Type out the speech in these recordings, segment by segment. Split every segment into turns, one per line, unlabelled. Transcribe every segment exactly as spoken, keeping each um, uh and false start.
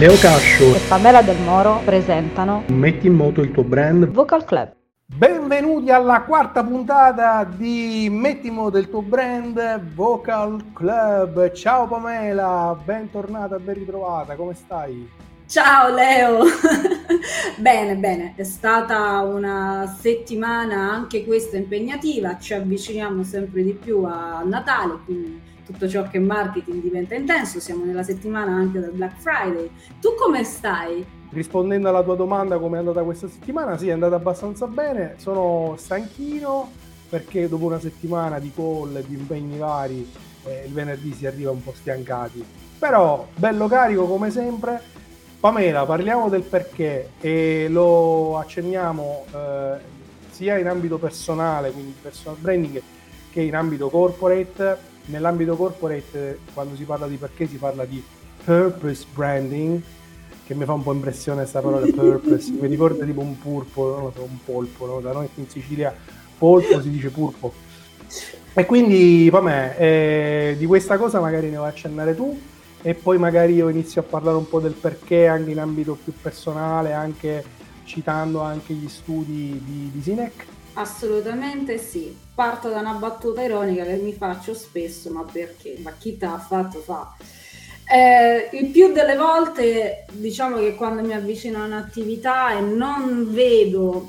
Leo Cascio
e Pamela Del Moro presentano
Metti in moto il tuo brand
Vocal Club.
Benvenuti alla quarta puntata di Metti in moto il tuo brand Vocal Club. Ciao Pamela, bentornata, ben ritrovata, come stai?
Ciao Leo, bene bene, è stata una settimana anche questa impegnativa, ci avviciniamo sempre di più a Natale, quindi tutto ciò che è marketing diventa intenso, siamo nella settimana anche del Black Friday. Tu come stai?
Rispondendo alla tua domanda come è andata questa settimana, sì, è andata abbastanza bene, sono stanchino perché dopo una settimana di call e di impegni vari eh, il venerdì si arriva un po' stiancati, però bello carico come sempre. Pamela, parliamo del perché e lo accenniamo eh, sia in ambito personale, quindi personal branding, che in ambito corporate. Nell'ambito corporate, quando si parla di perché, si parla di purpose branding, che mi fa un po' impressione questa parola purpose, mi ricorda tipo un purpo, non lo so, un polpo, no? Da noi in Sicilia polpo si dice purpo. E quindi, Pamela, eh, di questa cosa magari ne vuoi accennare tu, e poi magari io inizio a parlare un po' del perché anche in ambito più personale, anche citando anche gli studi di, di Sinek.
Assolutamente sì, parto da una battuta ironica che mi faccio spesso, ma perché? Ma chi t'ha fatto fa? Eh, il più delle volte diciamo che quando mi avvicino a un'attività e non vedo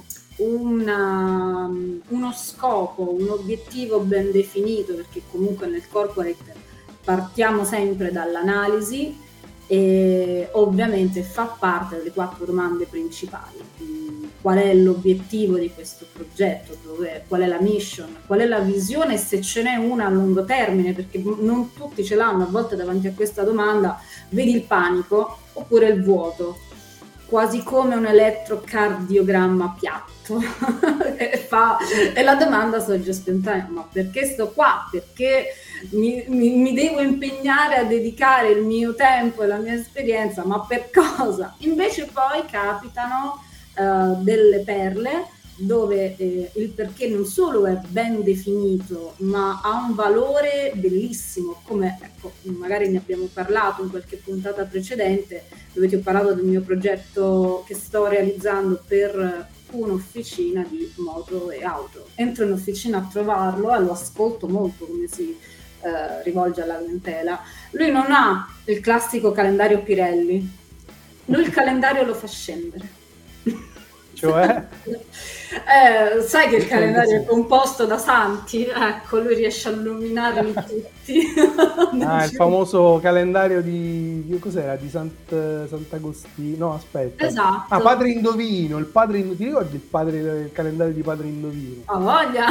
una, uno scopo, un obiettivo ben definito, perché comunque nel corporate partiamo sempre dall'analisi e ovviamente fa parte delle quattro domande principali. Qual è l'obiettivo di questo progetto? Dove, qual è la mission? Qual è la visione, se ce n'è una a lungo termine? Perché non tutti ce l'hanno, a volte davanti a questa domanda vedi il panico oppure il vuoto, quasi come un elettrocardiogramma piatto. e, fa, e la domanda sorge spontanea: ma perché sto qua? Perché mi, mi, mi devo impegnare a dedicare il mio tempo e la mia esperienza? Ma per cosa? Invece poi capitano uh, delle perle dove eh, il perché non solo è ben definito, ma ha un valore bellissimo, come ecco, magari ne abbiamo parlato in qualche puntata precedente, dove ti ho parlato del mio progetto che sto realizzando per un'officina di moto e auto. Entro in officina a trovarlo e lo ascolto molto come si eh, rivolge alla clientela. Lui non ha il classico calendario Pirelli, lui il calendario lo fa scendere.
Cioè?
Eh, sai che il calendario è composto da santi? Ecco, lui riesce a illuminarli tutti.
Ah, il famoso calendario di, di cos'era? Di Sant, Sant'Agostino? No, aspetta.
Esatto.
Ah, Padre Indovino, il padre Indovino. Ti ricordi il, padre, il calendario di Padre Indovino?
Ha voglia!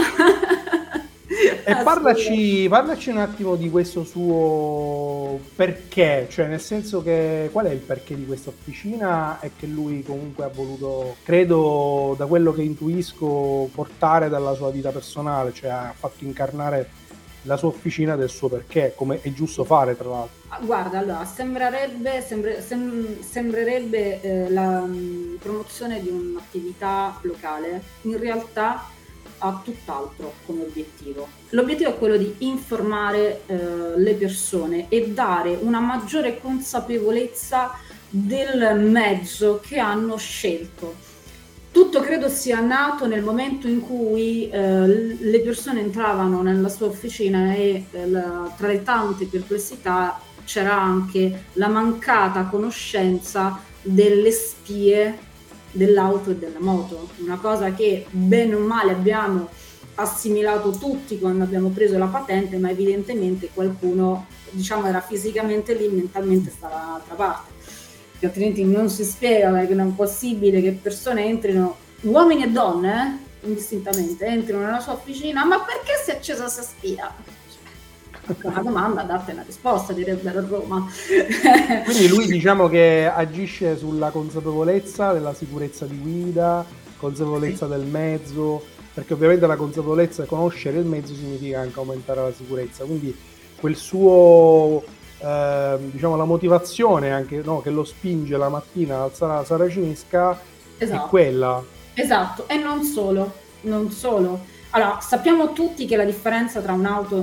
E parlaci, parlaci un attimo di questo suo perché, cioè nel senso che qual è il perché di questa officina e che lui comunque ha voluto, credo da quello che intuisco, portare dalla sua vita personale, cioè ha fatto incarnare la sua officina del suo perché, come è giusto fare tra l'altro.
Guarda, allora, sembrerebbe, sembre, sem, sembrerebbe eh, la um, promozione di un'attività locale, in realtà ha tutt'altro come obiettivo. L'obiettivo è quello di informare eh, le persone e dare una maggiore consapevolezza del mezzo che hanno scelto. Tutto credo sia nato nel momento in cui eh, le persone entravano nella sua officina e eh, la, tra le tante perplessità c'era anche la mancata conoscenza delle spie dell'auto e della moto, una cosa che bene o male abbiamo assimilato tutti quando abbiamo preso la patente, ma evidentemente qualcuno, diciamo, era fisicamente lì, mentalmente stava dall'altra parte, che altrimenti non si spiega, perché non è possibile che persone entrino, uomini e donne, eh, indistintamente, entrino nella sua officina, ma perché si è accesa questa spia? Una domanda, date una risposta, direbbero a Roma.
Quindi lui, diciamo, che agisce sulla consapevolezza della sicurezza di guida, consapevolezza del mezzo, perché ovviamente la consapevolezza e conoscere il mezzo significa anche aumentare la sicurezza, quindi quel suo eh, diciamo la motivazione anche, no, che lo spinge la mattina ad alzare la saracinesca, esatto, è quella.
Esatto, e non solo, non solo. Allora, sappiamo tutti che la differenza tra un'auto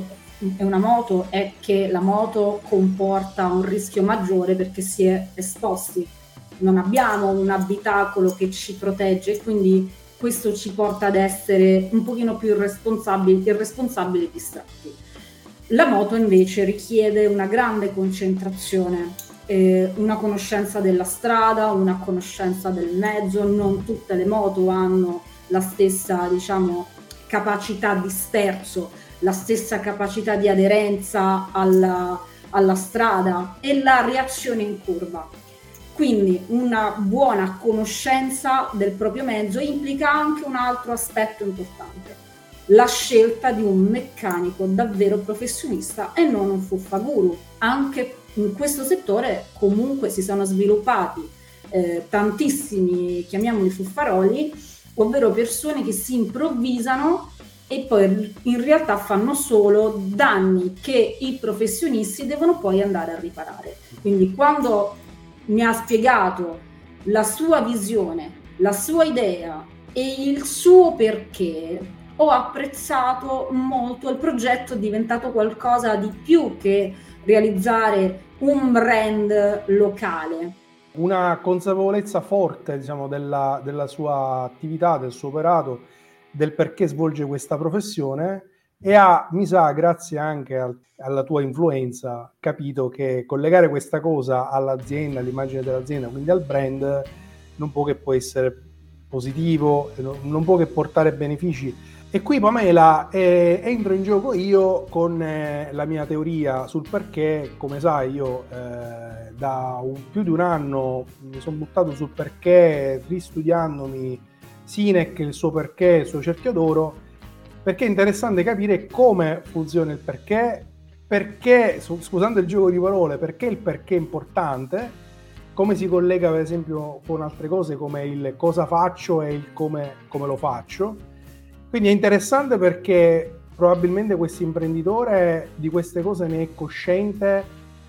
è una moto è che la moto comporta un rischio maggiore perché si è esposti, non abbiamo un abitacolo che ci protegge, quindi questo ci porta ad essere un pochino più irresponsabili, irresponsabili e distratti. La moto invece richiede una grande concentrazione, eh, una conoscenza della strada, una conoscenza del mezzo. Non tutte le moto hanno la stessa, diciamo, capacità di sterzo, la stessa capacità di aderenza alla, alla strada e la reazione in curva. Quindi una buona conoscenza del proprio mezzo implica anche un altro aspetto importante: la scelta di un meccanico davvero professionista e non un fuffaguru. Anche in questo settore comunque si sono sviluppati eh, tantissimi, chiamiamoli fuffaroli, ovvero persone che si improvvisano e poi in realtà fanno solo danni che i professionisti devono poi andare a riparare. Quindi quando mi ha spiegato la sua visione, la sua idea e il suo perché, ho apprezzato molto. Il progetto, è diventato qualcosa di più che realizzare un brand locale.
Una consapevolezza forte, diciamo, della, della sua attività, del suo operato, del perché svolge questa professione, e ha, mi sa, grazie anche al, alla tua influenza, capito che collegare questa cosa all'azienda, all'immagine dell'azienda, quindi al brand, non può che può essere positivo, non può che portare benefici. E qui, Pamela, eh, entro in gioco io con eh, la mia teoria sul perché. Come sai, io eh, da un, più di un anno mi sono buttato sul perché, ristudiandomi Sinek, il suo perché, il suo cerchio d'oro, perché è interessante capire come funziona il perché, perché, scusando il gioco di parole, perché il perché è importante, come si collega per esempio con altre cose come il cosa faccio e il come, come lo faccio. Quindi è interessante perché probabilmente questo imprenditore di queste cose ne è cosciente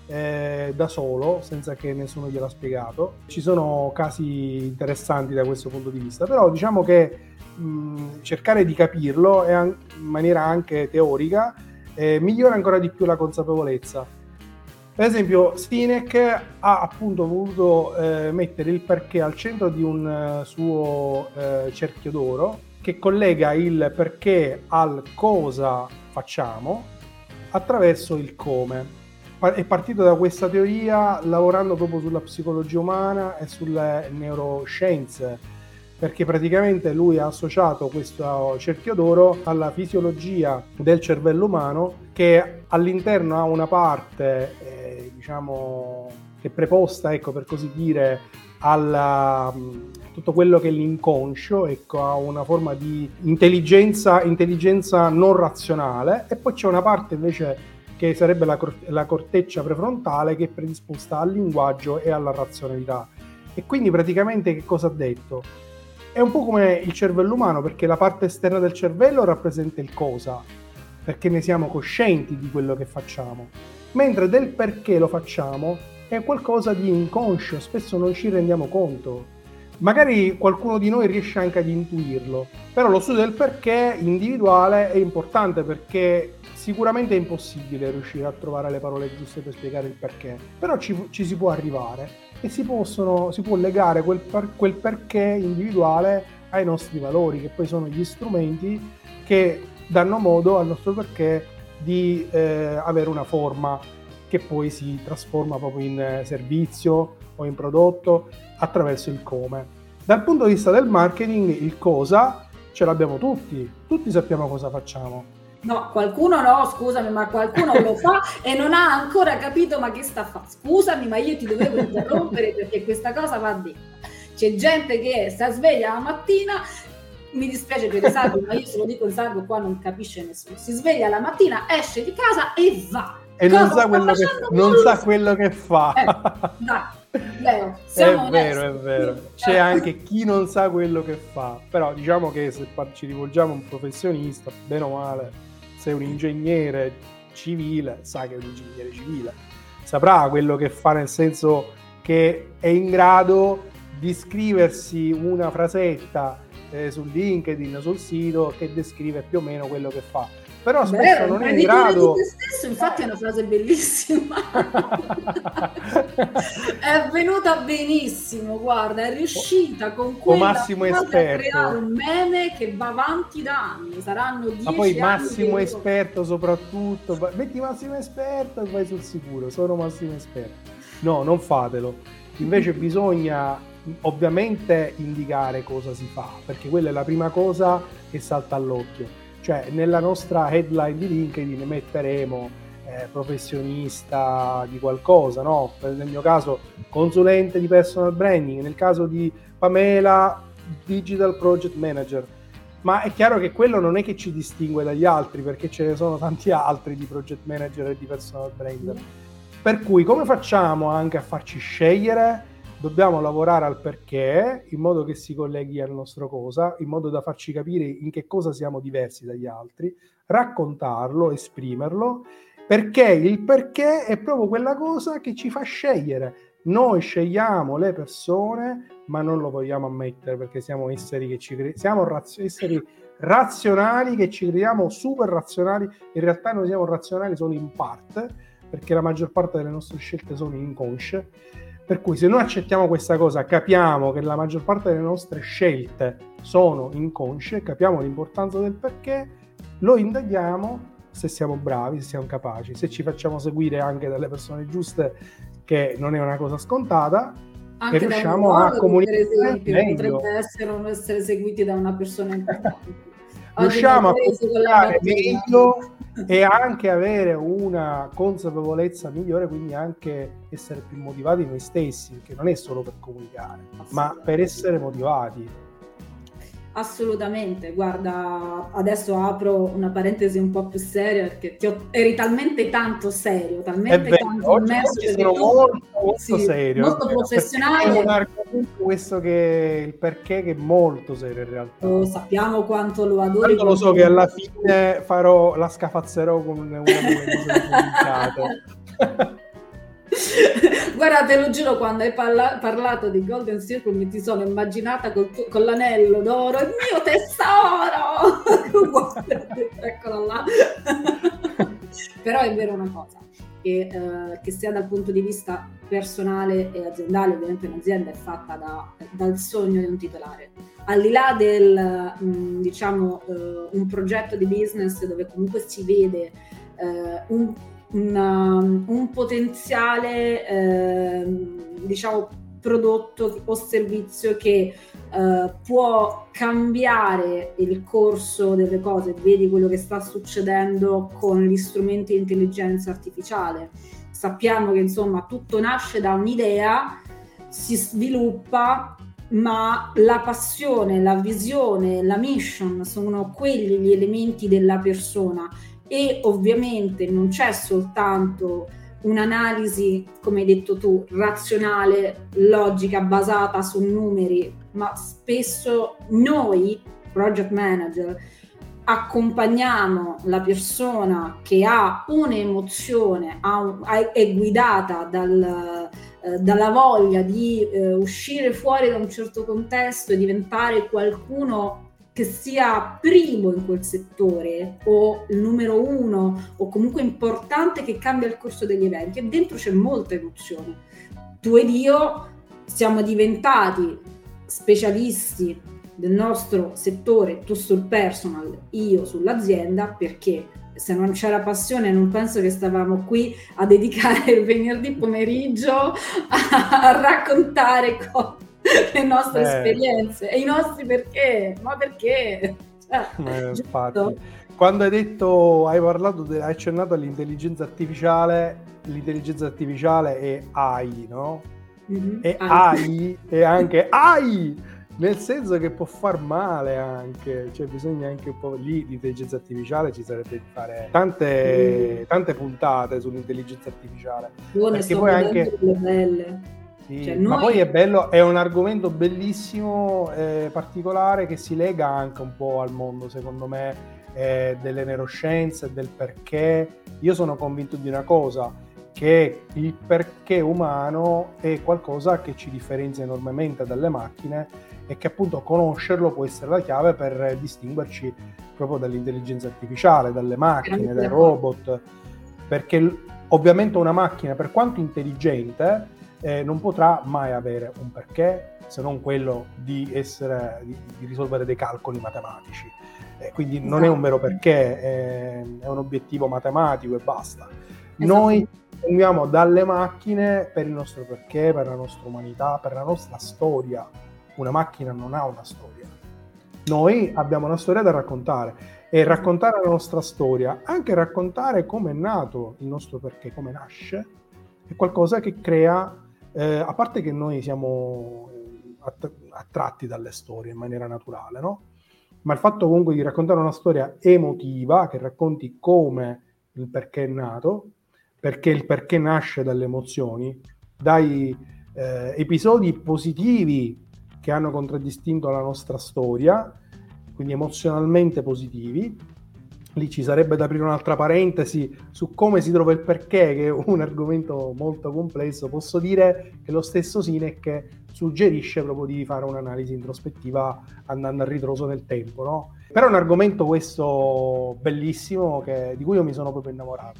eh, da solo, senza che nessuno gliel'ha spiegato. Ci sono casi interessanti da questo punto di vista, però diciamo che mh, cercare di capirlo è an- in maniera anche teorica eh, migliora ancora di più la consapevolezza. Per esempio, Sinek ha appunto voluto eh, mettere il perché al centro di un uh, suo uh, cerchio d'oro, che collega il perché al cosa facciamo attraverso il come. È partito da questa teoria lavorando proprio sulla psicologia umana e sulle neuroscienze, perché praticamente lui ha associato questo cerchio d'oro alla fisiologia del cervello umano, che all'interno ha una parte eh, diciamo che è preposta, ecco, per così dire, alla tutto quello che è l'inconscio, ecco, ha una forma di intelligenza, intelligenza non razionale, e poi c'è una parte invece che sarebbe la, la corteccia prefrontale, che è predisposta al linguaggio e alla razionalità. E quindi praticamente che cosa ha detto? È un po' come il cervello umano, perché la parte esterna del cervello rappresenta il cosa, perché ne siamo coscienti di quello che facciamo, mentre del perché lo facciamo è qualcosa di inconscio, spesso non ci rendiamo conto. Magari qualcuno di noi riesce anche ad intuirlo, però lo studio del perché individuale è importante, perché sicuramente è impossibile riuscire a trovare le parole giuste per spiegare il perché, però ci, ci si può arrivare e si, possono, si può legare quel, per, quel perché individuale ai nostri valori, che poi sono gli strumenti che danno modo al nostro perché di eh, avere una forma che poi si trasforma proprio in servizio o in prodotto attraverso il come. Dal punto di vista del marketing, il cosa ce l'abbiamo tutti, tutti sappiamo cosa facciamo.
No, qualcuno no, scusami, ma qualcuno lo fa e non ha ancora capito ma che sta a fare. Scusami, ma io ti dovevo interrompere perché questa cosa va detta. C'è gente che sta sveglia la mattina, mi dispiace per i sardi, ma io se lo dico in sardo qua non capisce nessuno. Si sveglia la mattina, esce di casa e va.
E non sa, quello che, non sa quello che fa.
Eh, dai, Leo, siamo
è vero, onesti. È vero. C'è anche chi non sa quello che fa, però diciamo che se ci rivolgiamo a un professionista, bene o male, se è un ingegnere civile, sa che è un ingegnere civile, saprà quello che fa, nel senso che è in grado di scriversi una frasetta eh, su LinkedIn, sul sito, che descrive più o meno quello che fa. però spesso
Beh,
non è in
imprenditore
grado...
di te stesso, infatti è una frase bellissima. È venuta benissimo, guarda, è riuscita con quella
Massimo
frase
Esperto.
a creare un meme che va avanti da anni, saranno dieci
Ma poi
anni
Massimo
che-
Esperto soprattutto, va- metti Massimo Esperto e vai sul sicuro, sono Massimo Esperto. No, non fatelo. Invece bisogna ovviamente indicare cosa si fa, perché quella è la prima cosa che salta all'occhio. Cioè, nella nostra headline di LinkedIn metteremo eh, professionista di qualcosa, no? Nel mio caso consulente di personal branding, nel caso di Pamela digital project manager. Ma è chiaro che quello non è che ci distingue dagli altri, perché ce ne sono tanti altri di project manager e di personal brand. Per cui come facciamo anche a farci scegliere? Dobbiamo lavorare al perché, in modo che si colleghi al nostro cosa, in modo da farci capire in che cosa siamo diversi dagli altri, raccontarlo, esprimerlo, perché il perché è proprio quella cosa che ci fa scegliere. Noi scegliamo le persone, ma non lo vogliamo ammettere, perché siamo esseri che ci cre- siamo razio- esseri razionali che ci crediamo super razionali. In realtà noi siamo razionali solo in parte, perché la maggior parte delle nostre scelte sono inconsce. Per cui se noi accettiamo questa cosa, capiamo che la maggior parte delle nostre scelte sono inconsce, capiamo l'importanza del perché, lo indaghiamo, se siamo bravi, se siamo capaci, se ci facciamo seguire anche dalle persone giuste, che non è una cosa scontata,
Anche
e
da un
riusciamo a
ruolo,
comunicare
per esempio,
meglio.
potrebbe essere non essere seguiti da una persona importante.
Riusciamo a
Oggi mi hai preso con la
comunicare
battuta.
meglio e anche avere una consapevolezza migliore, quindi anche essere più motivati noi stessi, che non è solo per comunicare, ma per essere motivati.
Assolutamente, guarda, adesso apro una parentesi un po' più seria, perché ti ho, eri talmente tanto serio,
È
talmente
vero,
tanto
oggi,
immerso,
oggi
perché
sono
tu-
molto, molto
sì,
serio,
molto
è vero,
professionale.
perché è un argomento questo che il perché che è molto serio in realtà.
Oh, sappiamo quanto lo adori.
Tanto lo so che alla fine farò la scafazzerò con una mille pubblicate.
Guarda, te lo giuro, quando hai parla- parlato di Golden Circle mi ti sono immaginata col tuo- con l'anello d'oro, il mio tesoro! Guarda, eccola là. Però è vero una cosa, che, eh, che sia dal punto di vista personale e aziendale, ovviamente un'azienda è fatta da, dal sogno di un titolare. Al di là del, mh, diciamo, eh, un progetto di business dove comunque si vede eh, un Una, un potenziale eh, diciamo prodotto o servizio che eh, può cambiare il corso delle cose. Vedi quello che sta succedendo con gli strumenti di intelligenza artificiale. Sappiamo che insomma tutto nasce da un'idea, si sviluppa, ma la passione, la visione, la mission sono quelli gli elementi della persona. E ovviamente non c'è soltanto un'analisi, come hai detto tu, razionale, logica, basata su numeri, ma spesso noi, project manager, accompagniamo la persona che ha un'emozione, ha un, è guidata dal, eh, dalla voglia di eh, uscire fuori da un certo contesto e diventare qualcuno che sia primo in quel settore o il numero uno o comunque importante, che cambia il corso degli eventi, e dentro c'è molta emozione. Tu ed io siamo diventati specialisti del nostro settore, tu sul personal, io sull'azienda, perché se non c'era passione non penso che stavamo qui a dedicare il venerdì pomeriggio a, a raccontare cose, le nostre
eh.
esperienze e i nostri perché, ma perché? Cioè,
eh, infatti, quando hai detto, hai parlato, de, hai accennato all'intelligenza artificiale, l'intelligenza artificiale è A I, no? Mm-hmm. E A I è anche A I, nel senso che può far male anche, cioè bisogna anche un po' lì, l'intelligenza artificiale ci sarebbe di fare tante, mm. tante puntate sull'intelligenza artificiale.
Buone,
perché poi anche
le belle.
Sì,
cioè,
ma
noi...
poi è bello, è un argomento bellissimo, eh, particolare, che si lega anche un po' al mondo, secondo me, eh, delle neuroscienze, del perché. Io sono convinto di una cosa, che il perché umano è qualcosa che ci differenzia enormemente dalle macchine e che appunto conoscerlo può essere la chiave per distinguerci proprio dall'intelligenza artificiale, dalle macchine, dai robot, perché ovviamente una macchina, per quanto intelligente, eh, non potrà mai avere un perché se non quello di essere di, di risolvere dei calcoli matematici, eh, quindi non esatto. È un vero perché, è, è un obiettivo matematico e basta. Esatto. Noi dipendiamo dalle macchine per il nostro perché, per la nostra umanità, per la nostra storia. Una macchina non ha una storia. Noi abbiamo una storia da raccontare e raccontare la nostra storia, anche raccontare come è nato il nostro perché, come nasce, è qualcosa che crea, eh, a parte che noi siamo attratti dalle storie in maniera naturale, no? Ma il fatto comunque di raccontare una storia emotiva, che racconti come il perché è nato, perché il perché nasce dalle emozioni, dai eh, episodi positivi che hanno contraddistinto la nostra storia, quindi emozionalmente positivi. Lì ci sarebbe da aprire un'altra parentesi su come si trova il perché, che è un argomento molto complesso. Posso dire che lo stesso Sinek suggerisce proprio di fare un'analisi introspettiva andando a ritroso nel tempo, no? Però è un argomento questo bellissimo che, di cui io mi sono proprio innamorato.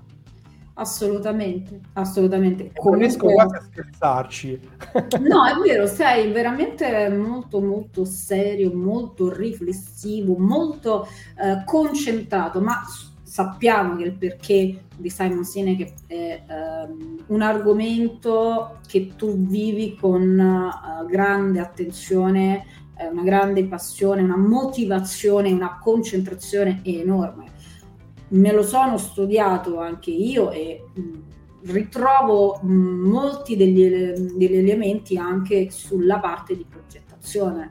Assolutamente, assolutamente.
Non riesco quasi a scherzarci.
No, è vero, sei veramente molto molto serio, molto riflessivo, molto eh, concentrato, ma sappiamo che il perché di Simon Sinek è um, un argomento che tu vivi con uh, grande attenzione, eh, una grande passione, una motivazione, una concentrazione enorme. Me lo sono studiato anche io e mh, ritrovo mh, molti degli, degli elementi anche sulla parte di progettazione.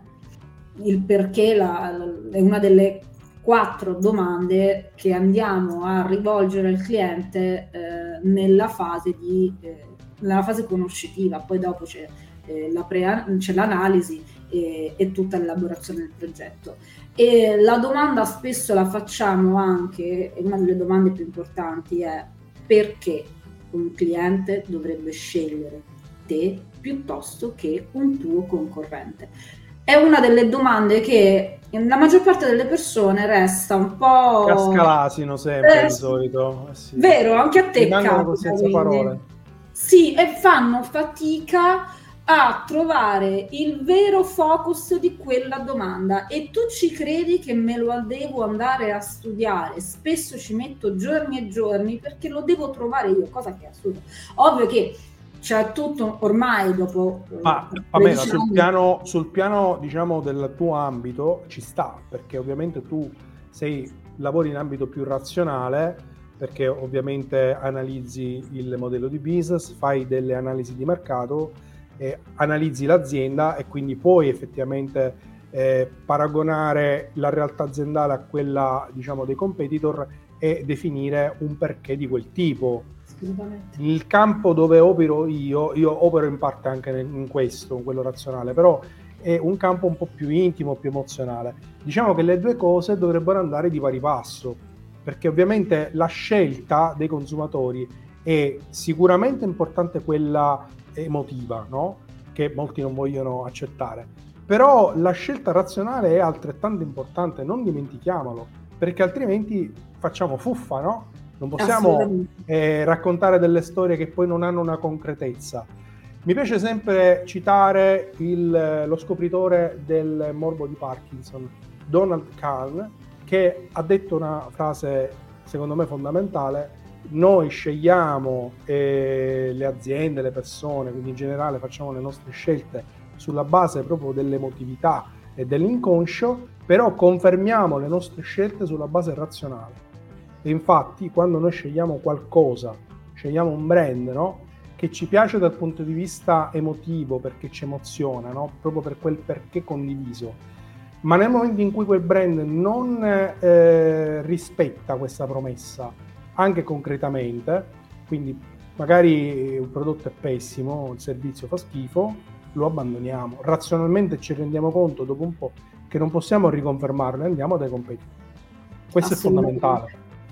Il perché la, la, è una delle quattro domande che andiamo a rivolgere al cliente eh, nella fase di eh, nella fase conoscitiva, poi dopo c'è, eh, la pre- c'è l'analisi e, e tutta l'elaborazione del progetto. E la domanda spesso la facciamo anche, e una delle domande più importanti è: perché un cliente dovrebbe scegliere te piuttosto che un tuo concorrente? È una delle domande che la maggior parte delle persone resta un po'...
Casca l'asino sempre, eh, di solito. Eh sì.
Vero, anche a te
rimangono senza parole.
Sì, e fanno fatica a trovare il vero focus di quella domanda. E tu ci credi che me lo devo andare a studiare? Spesso ci metto giorni e giorni perché lo devo trovare io, cosa che è assurda. Ovvio che c'è tutto ormai dopo...
Ma Pamela, sul piano, sul piano diciamo del tuo ambito ci sta, perché ovviamente tu sei, lavori in ambito più razionale, perché ovviamente analizzi il modello di business, fai delle analisi di mercato, eh, analizzi l'azienda e quindi puoi effettivamente eh, paragonare la realtà aziendale a quella, diciamo, dei competitor e definire un perché di quel tipo. Il campo dove opero io, io opero in parte anche in questo, in quello razionale, però è un campo un po' più intimo, più emozionale. Diciamo che le due cose dovrebbero andare di pari passo, perché ovviamente la scelta dei consumatori è sicuramente importante, quella emotiva, no? Che molti non vogliono accettare, però la scelta razionale è altrettanto importante, non dimentichiamolo, perché altrimenti facciamo fuffa, no? Non possiamo eh, raccontare delle storie che poi non hanno una concretezza. Mi piace sempre citare il, lo scopritore del morbo di Parkinson, Donald Kahn, che ha detto una frase secondo me fondamentale: noi scegliamo eh, le aziende, le persone, quindi in generale facciamo le nostre scelte sulla base proprio dell'emotività e dell'inconscio, però confermiamo le nostre scelte sulla base razionale. E infatti quando noi scegliamo qualcosa, scegliamo un brand, no? Che ci piace dal punto di vista emotivo perché ci emoziona, no? Proprio per quel perché condiviso, ma nel momento in cui quel brand non eh, rispetta questa promessa anche concretamente, quindi magari un prodotto è pessimo, il servizio fa schifo, lo abbandoniamo. Razionalmente ci rendiamo conto dopo un po' che non possiamo riconfermarlo e andiamo dai competitor. Questo è fondamentale.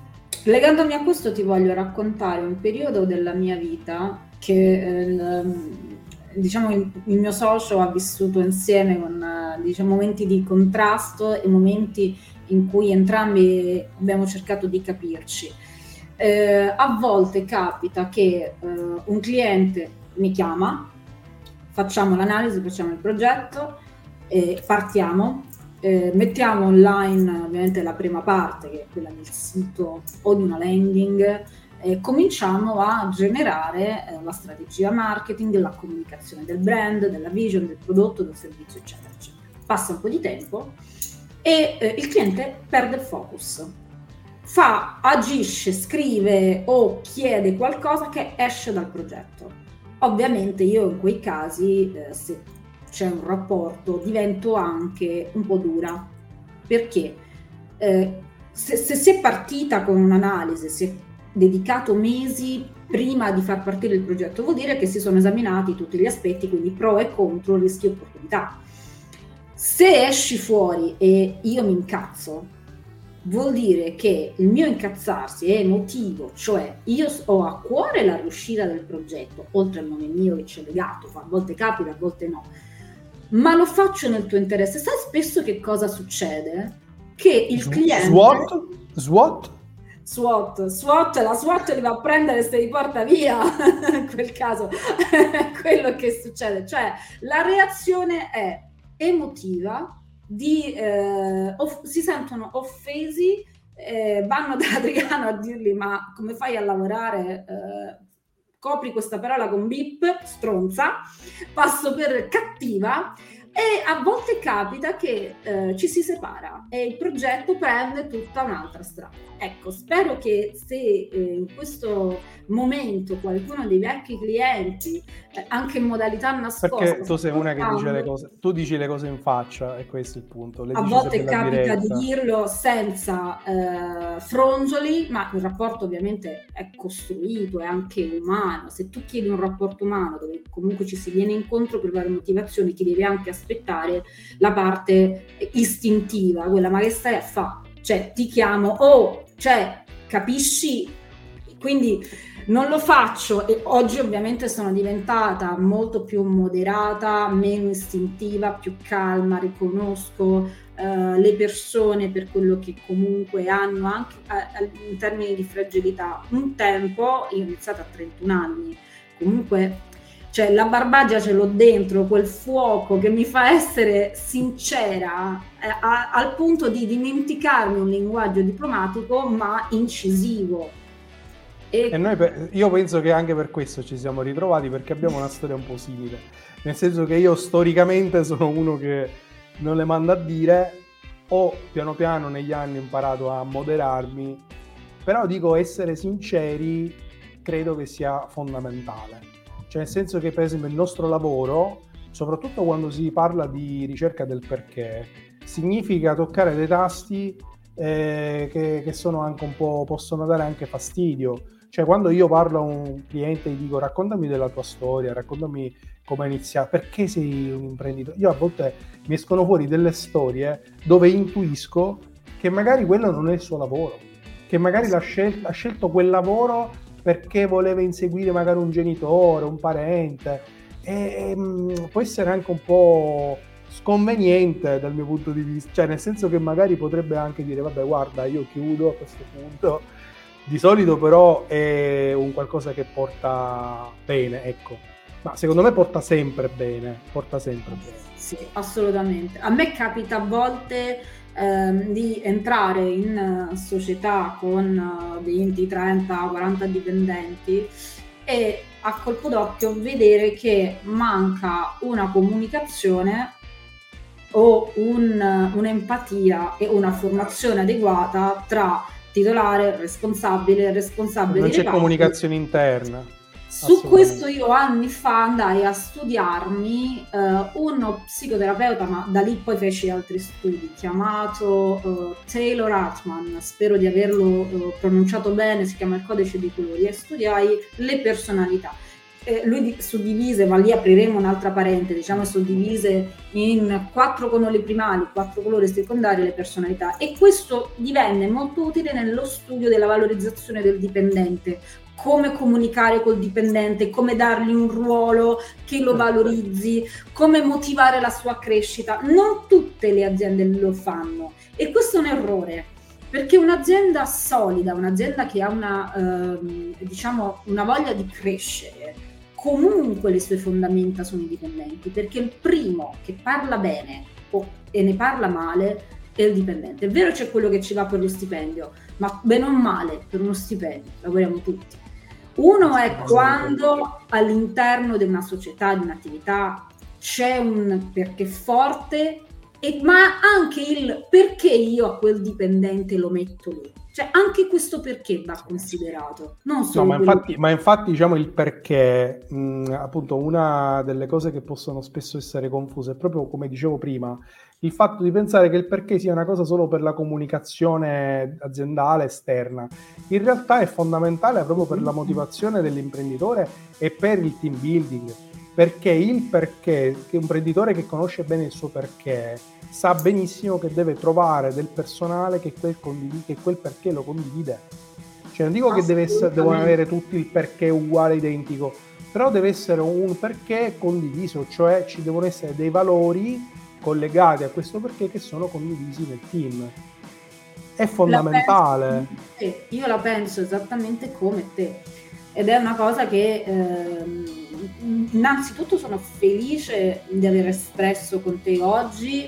legandomi a questo ti voglio raccontare un periodo della mia vita che eh, diciamo il, il mio socio ha vissuto insieme con diciamo, momenti di contrasto e momenti in cui entrambi abbiamo cercato di capirci. Eh, a volte capita che eh, un cliente mi chiama, facciamo l'analisi, facciamo il progetto, eh, partiamo, eh, mettiamo online ovviamente la prima parte, che è quella del sito o di una landing, eh, cominciamo a generare eh, la strategia marketing, la comunicazione del brand, della vision, del prodotto, del servizio, eccetera, eccetera. Passa un po' di tempo e eh, il cliente perde il focus. Fa, agisce, scrive o chiede qualcosa che esce dal progetto. Ovviamente io in quei casi, eh, se c'è un rapporto, divento anche un po' dura, perché eh, se, se si è partita con un'analisi, si è dedicato mesi prima di far partire il progetto, vuol dire che si sono esaminati tutti gli aspetti, quindi pro e contro, rischi e opportunità. Se esci fuori e io mi incazzo, vuol dire che il mio incazzarsi è emotivo, cioè io ho a cuore la riuscita del progetto, oltre al nome mio che c'è legato, a volte capita, a volte no, ma lo faccio nel tuo interesse. Sai spesso che cosa succede? Che il cliente...
SWOT? SWOT?
SWOT, SWOT, la SWOT li va a prendere e se li porta via, in quel caso, quello che succede. Cioè, la reazione è emotiva, di, eh, off- si sentono offesi, eh, vanno da Adriano a dirgli ma come fai a lavorare, eh, copri questa parola con bip, stronza, passo per cattiva, e a volte capita che eh, ci si separa e il progetto prende tutta un'altra strada. Ecco, spero che se eh, in questo momento qualcuno dei vecchi clienti, eh, anche in modalità nascosta...
Perché tu sei una che dice le cose, tu dici le cose in faccia e questo è il punto. Le
a volte capita di dirlo senza eh, fronzoli, ma il rapporto ovviamente è costruito, è anche umano. Se tu chiedi un rapporto umano dove comunque ci si viene incontro per varie motivazioni, ti devi anche aspettare la parte istintiva, quella ma che stai a fa'? Cioè ti chiamo, oh, cioè capisci? Quindi non lo faccio e oggi ovviamente sono diventata molto più moderata, meno istintiva, più calma, riconosco uh, le persone per quello che comunque hanno anche uh, in termini di fragilità. Un tempo, io ho iniziato a trentuno anni, comunque cioè la barbagia ce l'ho dentro, quel fuoco che mi fa essere sincera eh, a, al punto di dimenticarmi un linguaggio diplomatico ma incisivo. E,
e noi per, io penso che anche per questo ci siamo ritrovati, perché abbiamo una storia un po' simile, nel senso che io storicamente sono uno che non le manda a dire, ho piano piano negli anni imparato a moderarmi, però dico essere sinceri credo che sia fondamentale. Cioè nel senso che per esempio il nostro lavoro, soprattutto quando si parla di ricerca del perché, significa toccare dei tasti eh, che, che sono anche un po', possono dare anche fastidio. Cioè quando io parlo a un cliente e gli dico raccontami della tua storia, raccontami come hai iniziato, perché sei un imprenditore, io a volte mi escono fuori delle storie dove intuisco che magari quello non è il suo lavoro, che magari l'ha scel- ha scelto quel lavoro perché voleva inseguire magari un genitore, un parente, e, e mh, può essere anche un po' sconveniente dal mio punto di vista, cioè nel senso che magari potrebbe anche dire vabbè guarda io chiudo a questo punto, di solito però è un qualcosa che porta bene, ecco, ma secondo me porta sempre bene, porta sempre bene.
Sì, assolutamente. A me capita a volte Ehm, di entrare in uh, società con uh, venti, trenta, quaranta dipendenti e a colpo d'occhio vedere che manca una comunicazione o un, uh, un'empatia e una formazione adeguata tra titolare, responsabile, responsabile
non
di
c'è
reparto.
Comunicazione interna.
Su questo io anni fa andai a studiarmi uh, uno psicoterapeuta, ma da lì poi feci altri studi, chiamato uh, Taylor Hartman, spero di averlo uh, pronunciato bene, si chiama Il codice dei colori, e studiai le personalità. eh, lui di, suddivise, ma lì apriremo un'altra parente, diciamo suddivise in quattro colori primari, quattro colori secondari le personalità, e questo divenne molto utile nello studio della valorizzazione del dipendente, come comunicare col dipendente, come dargli un ruolo che lo valorizzi, come motivare la sua crescita. Non tutte le aziende lo fanno e questo è un errore, perché un'azienda solida, un'azienda che ha una, ehm, diciamo, una voglia di crescere, comunque le sue fondamenta sono i dipendenti, perché il primo che parla bene o, e ne parla male è il dipendente. È vero, c'è quello che ci va per lo stipendio, ma bene o male per uno stipendio lavoriamo tutti. Uno è quando all'interno di una società, di un'attività, c'è un perché forte, e, ma anche il perché io a quel dipendente lo metto lì. Cioè anche questo perché va considerato. Non solo
no, ma
quello...
infatti, ma infatti diciamo il perché, mh, appunto una delle cose che possono spesso essere confuse è proprio, come dicevo prima, il fatto di pensare che il perché sia una cosa solo per la comunicazione aziendale esterna. In realtà è fondamentale proprio per la motivazione dell'imprenditore e per il team building, perché il perché, che un imprenditore che conosce bene il suo perché sa benissimo che deve trovare del personale che quel, condiv- che quel perché lo condivide. Cioè non dico che deve essere, devono avere tutti il perché uguale, identico, però deve essere un perché condiviso, cioè ci devono essere dei valori collegati a questo perché che sono condivisi nel team. È fondamentale.
La penso, io la penso esattamente come te, ed è una cosa che ehm, innanzitutto sono felice di aver espresso con te oggi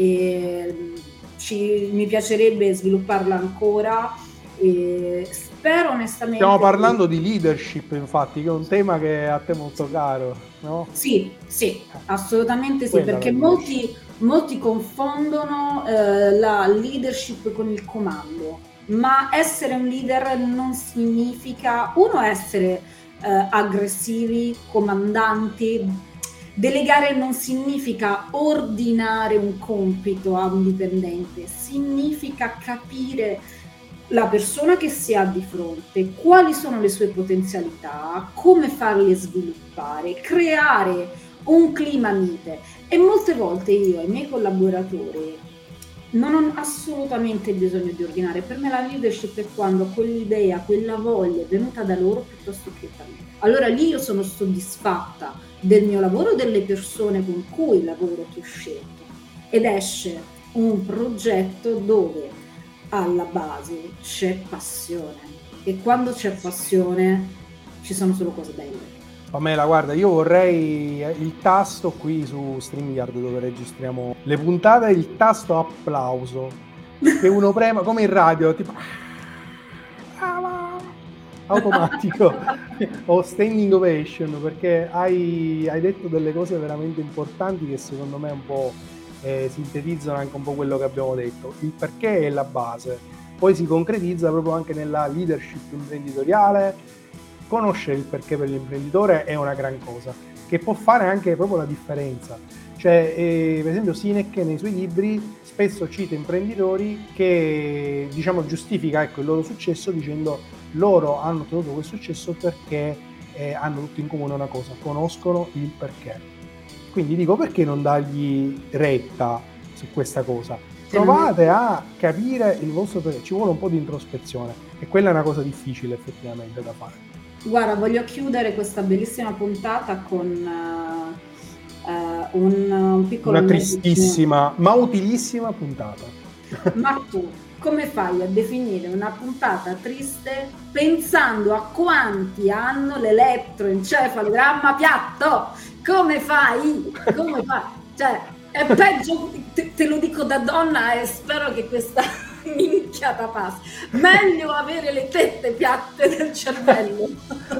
e ci, mi piacerebbe svilupparla ancora e spero onestamente.
Stiamo parlando che... di leadership, infatti, che è un tema che a te è molto caro, no?
Sì, sì, assolutamente sì, quella perché molti, molti confondono eh, la leadership con il comando, ma essere un leader non significa, uno, essere eh, aggressivi, comandanti. Delegare non significa ordinare un compito a un dipendente, significa capire la persona che si ha di fronte, quali sono le sue potenzialità, come farle sviluppare, creare un clima mite. E molte volte io ai miei collaboratori non ho assolutamente bisogno di ordinare. Per me la leadership è quando quell'idea, quella voglia è venuta da loro piuttosto che da me. Allora lì io sono soddisfatta del mio lavoro, delle persone con cui lavoro, che ho scelto, ed esce un progetto dove alla base c'è passione, e quando c'è passione ci sono solo cose belle.
Pamela, guarda, io vorrei il tasto qui su StreamYard dove registriamo le puntate, il tasto applauso, che uno prema come in radio, tipo automatico o standing ovation, perché hai, hai detto delle cose veramente importanti che secondo me un po' eh, sintetizzano anche un po' quello che abbiamo detto. Il perché è la base, poi si concretizza proprio anche nella leadership imprenditoriale. Conoscere il perché per l'imprenditore è una gran cosa, che può fare anche proprio la differenza. Cioè, eh, per esempio, Sinek nei suoi libri spesso cita imprenditori che, diciamo, giustifica ecco, il loro successo dicendo loro hanno ottenuto quel successo perché eh, hanno tutti in comune una cosa, conoscono il perché. Quindi dico, perché non dargli retta su questa cosa? Provate a capire il vostro perché, ci vuole un po' di introspezione e quella è una cosa difficile effettivamente da fare.
Guarda, voglio chiudere questa bellissima puntata con uh, uh, un, un piccolo...
Una tristissima, ma utilissima puntata.
Ma tu come fai a definire una puntata triste pensando a quanti hanno l'elettroencefalogramma piatto? Come fai? Come fai? Cioè, è peggio, te, te lo dico da donna e spero che questa... minchiata passa. Meglio avere le tette piatte del cervello.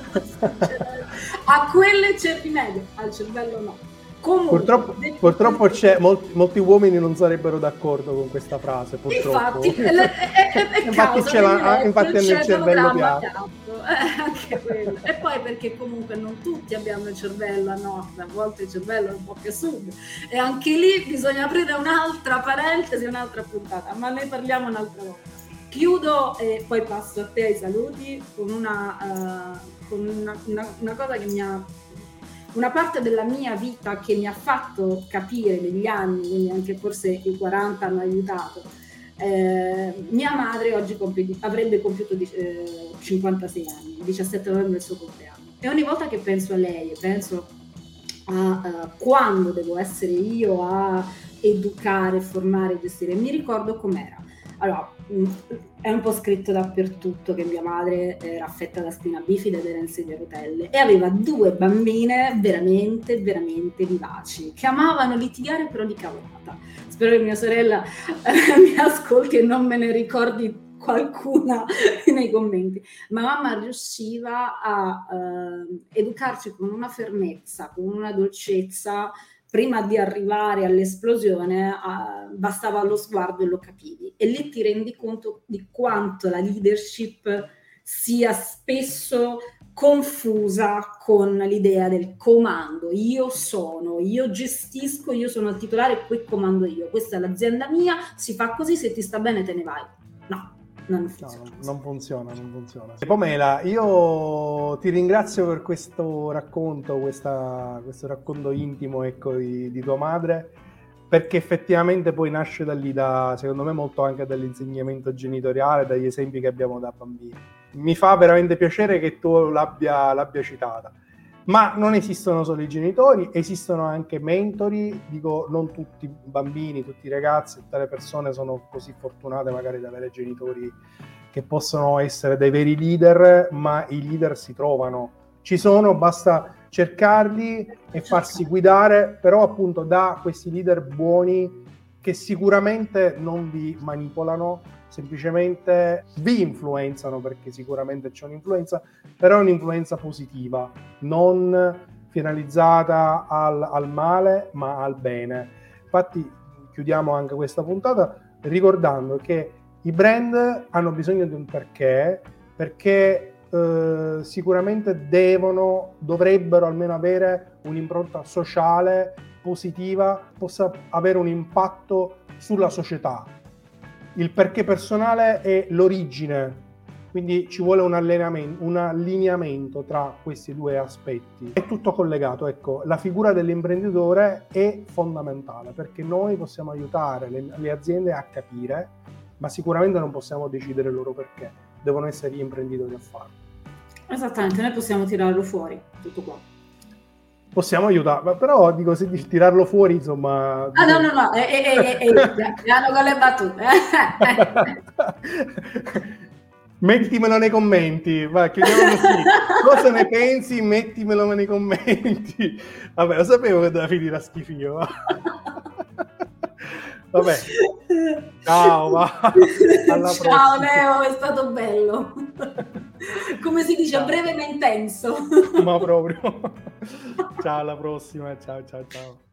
A quelle c'è rimedio, al cervello no. Comunque,
purtroppo purtroppo c'è, molti, molti uomini non sarebbero d'accordo con questa frase, purtroppo.
Infatti, è, è, è, è
infatti, c'è la, infatti è nel cervello piatto.
piatto. Eh, anche quello. E poi perché comunque non tutti abbiamo il cervello a nord, a volte il cervello è un po' più a sud, e anche lì bisogna aprire un'altra parentesi, un'altra puntata, ma ne parliamo un'altra volta. Chiudo e poi passo a te ai saluti con una, uh, con una, una, una cosa che mi ha, una parte della mia vita che mi ha fatto capire negli anni, quindi anche forse i quaranta hanno aiutato. Eh, mia madre oggi compie, avrebbe compiuto eh, cinquantasei anni, il diciassette novembre del suo compleanno, e ogni volta che penso a lei e penso a uh, quando devo essere io a educare, formare, gestire, mi ricordo com'era. Allora, è un po' scritto dappertutto che mia madre era affetta da spina bifida ed era in sedia a rotelle e aveva due bambine veramente, veramente vivaci, che amavano litigare però di cavolata. Spero che mia sorella eh, mi ascolti e non me ne ricordi qualcuna nei commenti, ma mamma riusciva a eh, educarci con una fermezza, con una dolcezza. Prima di arrivare all'esplosione uh, bastava lo sguardo e lo capivi, e lì ti rendi conto di quanto la leadership sia spesso confusa con l'idea del comando. Io sono, io gestisco, io sono il titolare, qui comando io, questa è l'azienda mia, si fa così, se ti sta bene te ne vai. No. Non funziona.
No, non funziona, non funziona. Pomela, io ti ringrazio per questo racconto, questa, questo racconto intimo, ecco, di, di tua madre, perché effettivamente poi nasce da lì, da, secondo me molto anche dall'insegnamento genitoriale, dagli esempi che abbiamo da bambini. Mi fa veramente piacere che tu l'abbia, l'abbia citata. Ma non esistono solo i genitori, esistono anche mentori. Dico, non tutti i bambini, tutti i ragazzi, tutte le persone sono così fortunate magari da avere genitori che possono essere dei veri leader, ma i leader si trovano, ci sono, basta cercarli e farsi guidare, però appunto da questi leader buoni che sicuramente non vi manipolano, semplicemente vi influenzano, perché sicuramente c'è un'influenza, però è un'influenza positiva, non finalizzata al, al male ma al bene. Infatti chiudiamo anche questa puntata ricordando che i brand hanno bisogno di un perché, perché eh, sicuramente devono, dovrebbero almeno avere un'impronta sociale positiva, possa avere un impatto sulla società. Il perché personale è l'origine, quindi ci vuole un allineamento, un allineamento tra questi due aspetti. È tutto collegato, ecco, la figura dell'imprenditore è fondamentale, perché noi possiamo aiutare le, le aziende a capire, ma sicuramente non possiamo decidere loro perché, devono essere gli imprenditori a farlo.
Esattamente, noi possiamo tirarlo fuori, tutto qua.
Possiamo aiutare, però dico, se di tirarlo fuori, insomma...
Ah no, no, no, e, e, e, e, piano con le battute.
Mettimelo nei commenti, va, chiudiamo così. Cosa ne pensi? Mettimelo nei commenti. Vabbè, lo sapevo che doveva finire a schifio. Vabbè, ciao, va. Alla
ciao
prossima.
Leo, è stato bello. Come si dice,
ciao.
Breve ma intenso.
Ma proprio. Ciao, alla prossima. Ciao, ciao, ciao.